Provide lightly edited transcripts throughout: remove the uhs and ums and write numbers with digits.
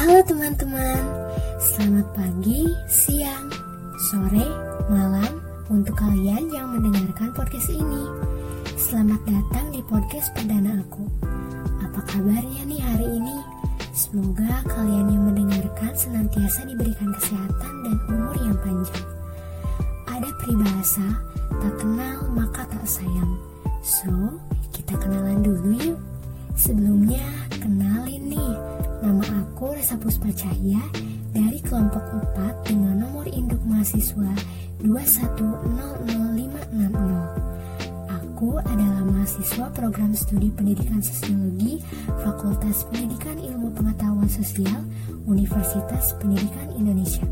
Halo teman-teman, selamat pagi, siang, sore, malam untuk kalian yang mendengarkan podcast ini. Selamat datang di podcast perdana aku. Apa kabarnya nih hari ini? Semoga kalian yang mendengarkan senantiasa diberikan kesehatan dan umur yang panjang. Ada peribahasa, tak kenal maka tak sayang. So, kita kenalan dulu yuk. Sebelumnya, kenalin nih, nama aku Resa Puspa Cahya dari kelompok 4 dengan nomor induk mahasiswa 2100560. Aku adalah mahasiswa program studi pendidikan sosiologi Fakultas Pendidikan Ilmu Pengetahuan Sosial Universitas Pendidikan Indonesia.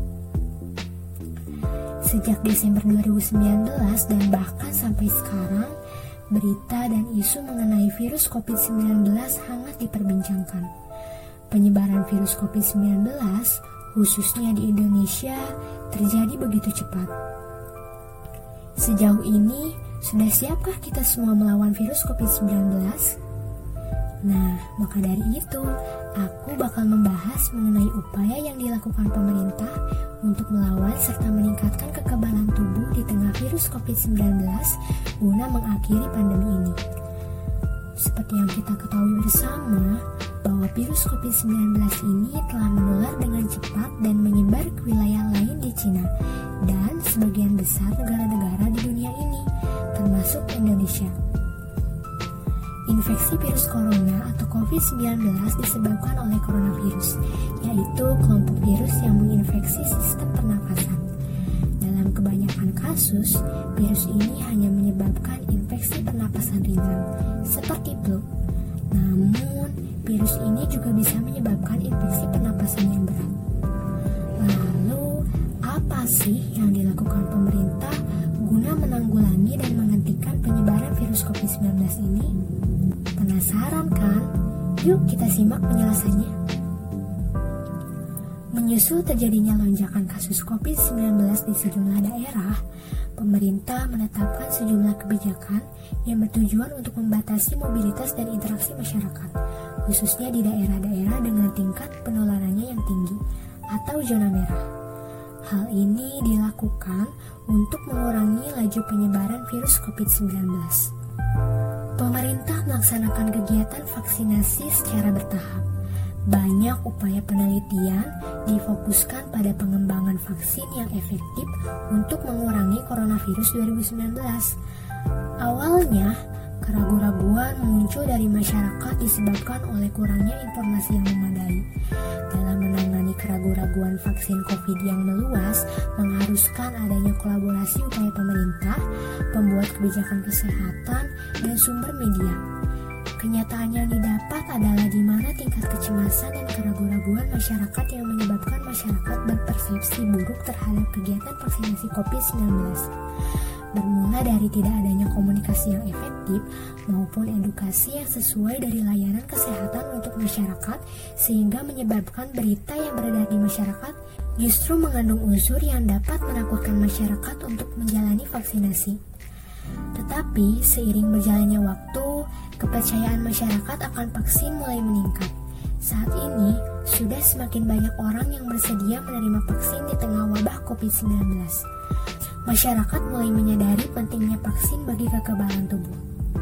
Sejak Desember 2019 dan bahkan sampai sekarang, berita dan isu mengenai virus COVID-19 hangat diperbincangkan. Penyebaran virus COVID-19, khususnya di Indonesia, terjadi begitu cepat. Sejauh ini, sudah siapkah kita semua melawan virus COVID-19? Nah, maka dari itu, aku bakal membahas mengenai upaya yang dilakukan pemerintah untuk melawan serta meningkatkan kekebalan tubuh di tengah virus COVID-19 guna mengakhiri pandemi ini. Seperti yang kita ketahui bersama, bahwa virus COVID-19 ini telah menular dengan cepat dan menyebar ke wilayah lain di Cina dan sebagian besar negara-negara di dunia ini, termasuk Indonesia. Infeksi virus corona atau COVID-19 disebabkan oleh coronavirus, yaitu kelompok virus yang menginfeksi sistem pernapasan. Dalam kebanyakan kasus, virus ini hanya menyebabkan infeksi pernapasan ringan, seperti flu. Namun, virus ini juga bisa menyebabkan infeksi pernapasan yang berat. Lalu, apa sih yang dilakukan pemerintah guna menanggulangi dan menghentikan penyebaran virus COVID-19 ini? Penasaran kan? Yuk kita simak penjelasannya. Menyusul terjadinya lonjakan kasus COVID-19 di sejumlah daerah, pemerintah menetapkan sejumlah kebijakan yang bertujuan untuk membatasi mobilitas dan interaksi masyarakat, khususnya di daerah-daerah dengan tingkat penularannya yang tinggi atau zona merah. Hal ini dilakukan untuk mengurangi laju penyebaran virus COVID-19. Pemerintah melaksanakan kegiatan vaksinasi secara bertahap. Banyak upaya penelitian difokuskan pada pengembangan vaksin yang efektif untuk mengurangi coronavirus 2019. Awalnya, keraguan-raguan muncul dari masyarakat disebabkan oleh kurangnya informasi yang memadai. Dalam menangani keraguan-raguan vaksin COVID yang meluas, mengharuskan adanya kolaborasi upaya pemerintah, pembuat kebijakan kesehatan, dan sumber media. Kenyataan yang didapat adalah di mana tingkat kecemasan dan keraguan-raguan masyarakat yang menyebabkan masyarakat berpersepsi buruk terhadap kegiatan vaksinasi COVID-19. Bermula dari tidak adanya komunikasi yang efektif maupun edukasi yang sesuai dari layanan kesehatan untuk masyarakat, sehingga menyebabkan berita yang beredar di masyarakat justru mengandung unsur yang dapat menakutkan masyarakat untuk menjalani vaksinasi. Tetapi seiring berjalannya waktu, kepercayaan masyarakat akan vaksin mulai meningkat. Saat ini, sudah semakin banyak orang yang bersedia menerima vaksin di tengah wabah COVID-19. Masyarakat mulai menyadari pentingnya vaksin bagi kekebalan tubuh.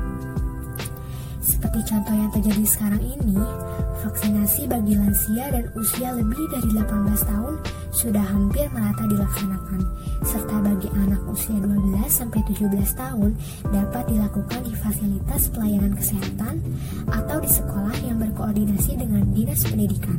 Seperti contoh yang terjadi sekarang ini, vaksinasi bagi lansia dan usia lebih dari 18 tahun sudah hampir merata dilaksanakan, serta bagi anak usia 12-17 tahun dapat dilakukan di fasilitas pelayanan kesehatan atau di sekolah yang berkoordinasi dengan Dinas Pendidikan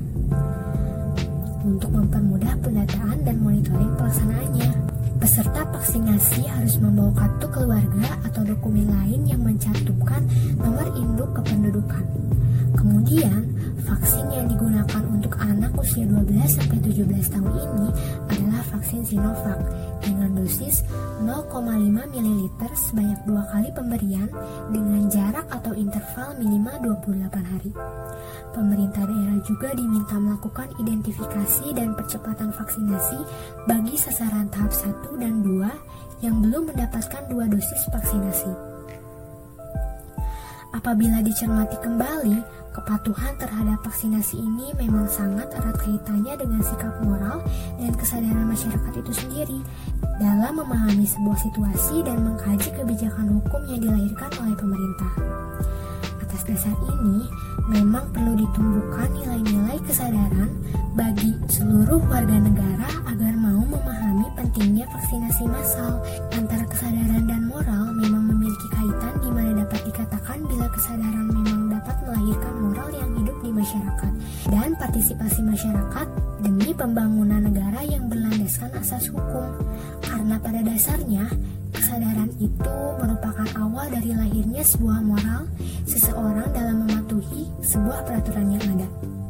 untuk mempermudah pendataan dan monitoring pelaksanaannya. Peserta vaksinasi harus membawa kartu keluarga atau dokumen lain yang mencantumkan nomor induk kependudukan. Kemudian, vaksin yang digunakan untuk anak usia 12-17 tahun ini adalah vaksin Sinovac dengan dosis 0,5 ml sebanyak 2 kali pemberian dengan jarak atau interval minimal 28 hari. Pemerintah daerah juga diminta melakukan identifikasi dan percepatan vaksinasi bagi sasaran tahap 1 dan 2 yang belum mendapatkan 2 dosis vaksinasi. Apabila dicermati kembali, Kepatuhan terhadap vaksinasi ini memang sangat erat kaitannya dengan sikap moral dan kesadaran masyarakat itu sendiri dalam memahami sebuah situasi dan mengkaji kebijakan hukum yang dilahirkan oleh pemerintah. Atas dasar ini, memang perlu ditumbuhkan nilai-nilai kesadaran bagi seluruh warga negara agar mau memahami pentingnya vaksinasi massal. Antara kesadaran dan moral memang memiliki kaitan di mana dapat dikatakan bila kesadaran memang dapat melahirkan moral yang hidup di masyarakat dan partisipasi masyarakat demi pembangunan negara yang berlandaskan asas hukum. Karena pada dasarnya, kesadaran itu merupakan awal dari lahirnya sebuah moral seseorang dalam mematuhi sebuah peraturan yang ada.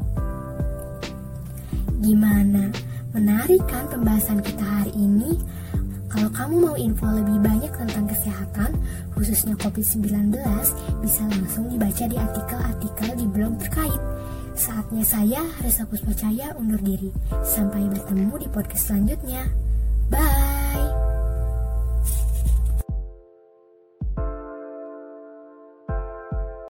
Gimana? Menarik kan pembahasan kita hari ini? Kalau kamu mau info lebih banyak tentang kesehatan, khususnya COVID-19, bisa langsung dibaca di artikel-artikel di blog terkait. Saatnya saya, Resa Puspacaya, undur diri. Sampai bertemu di podcast selanjutnya. Bye!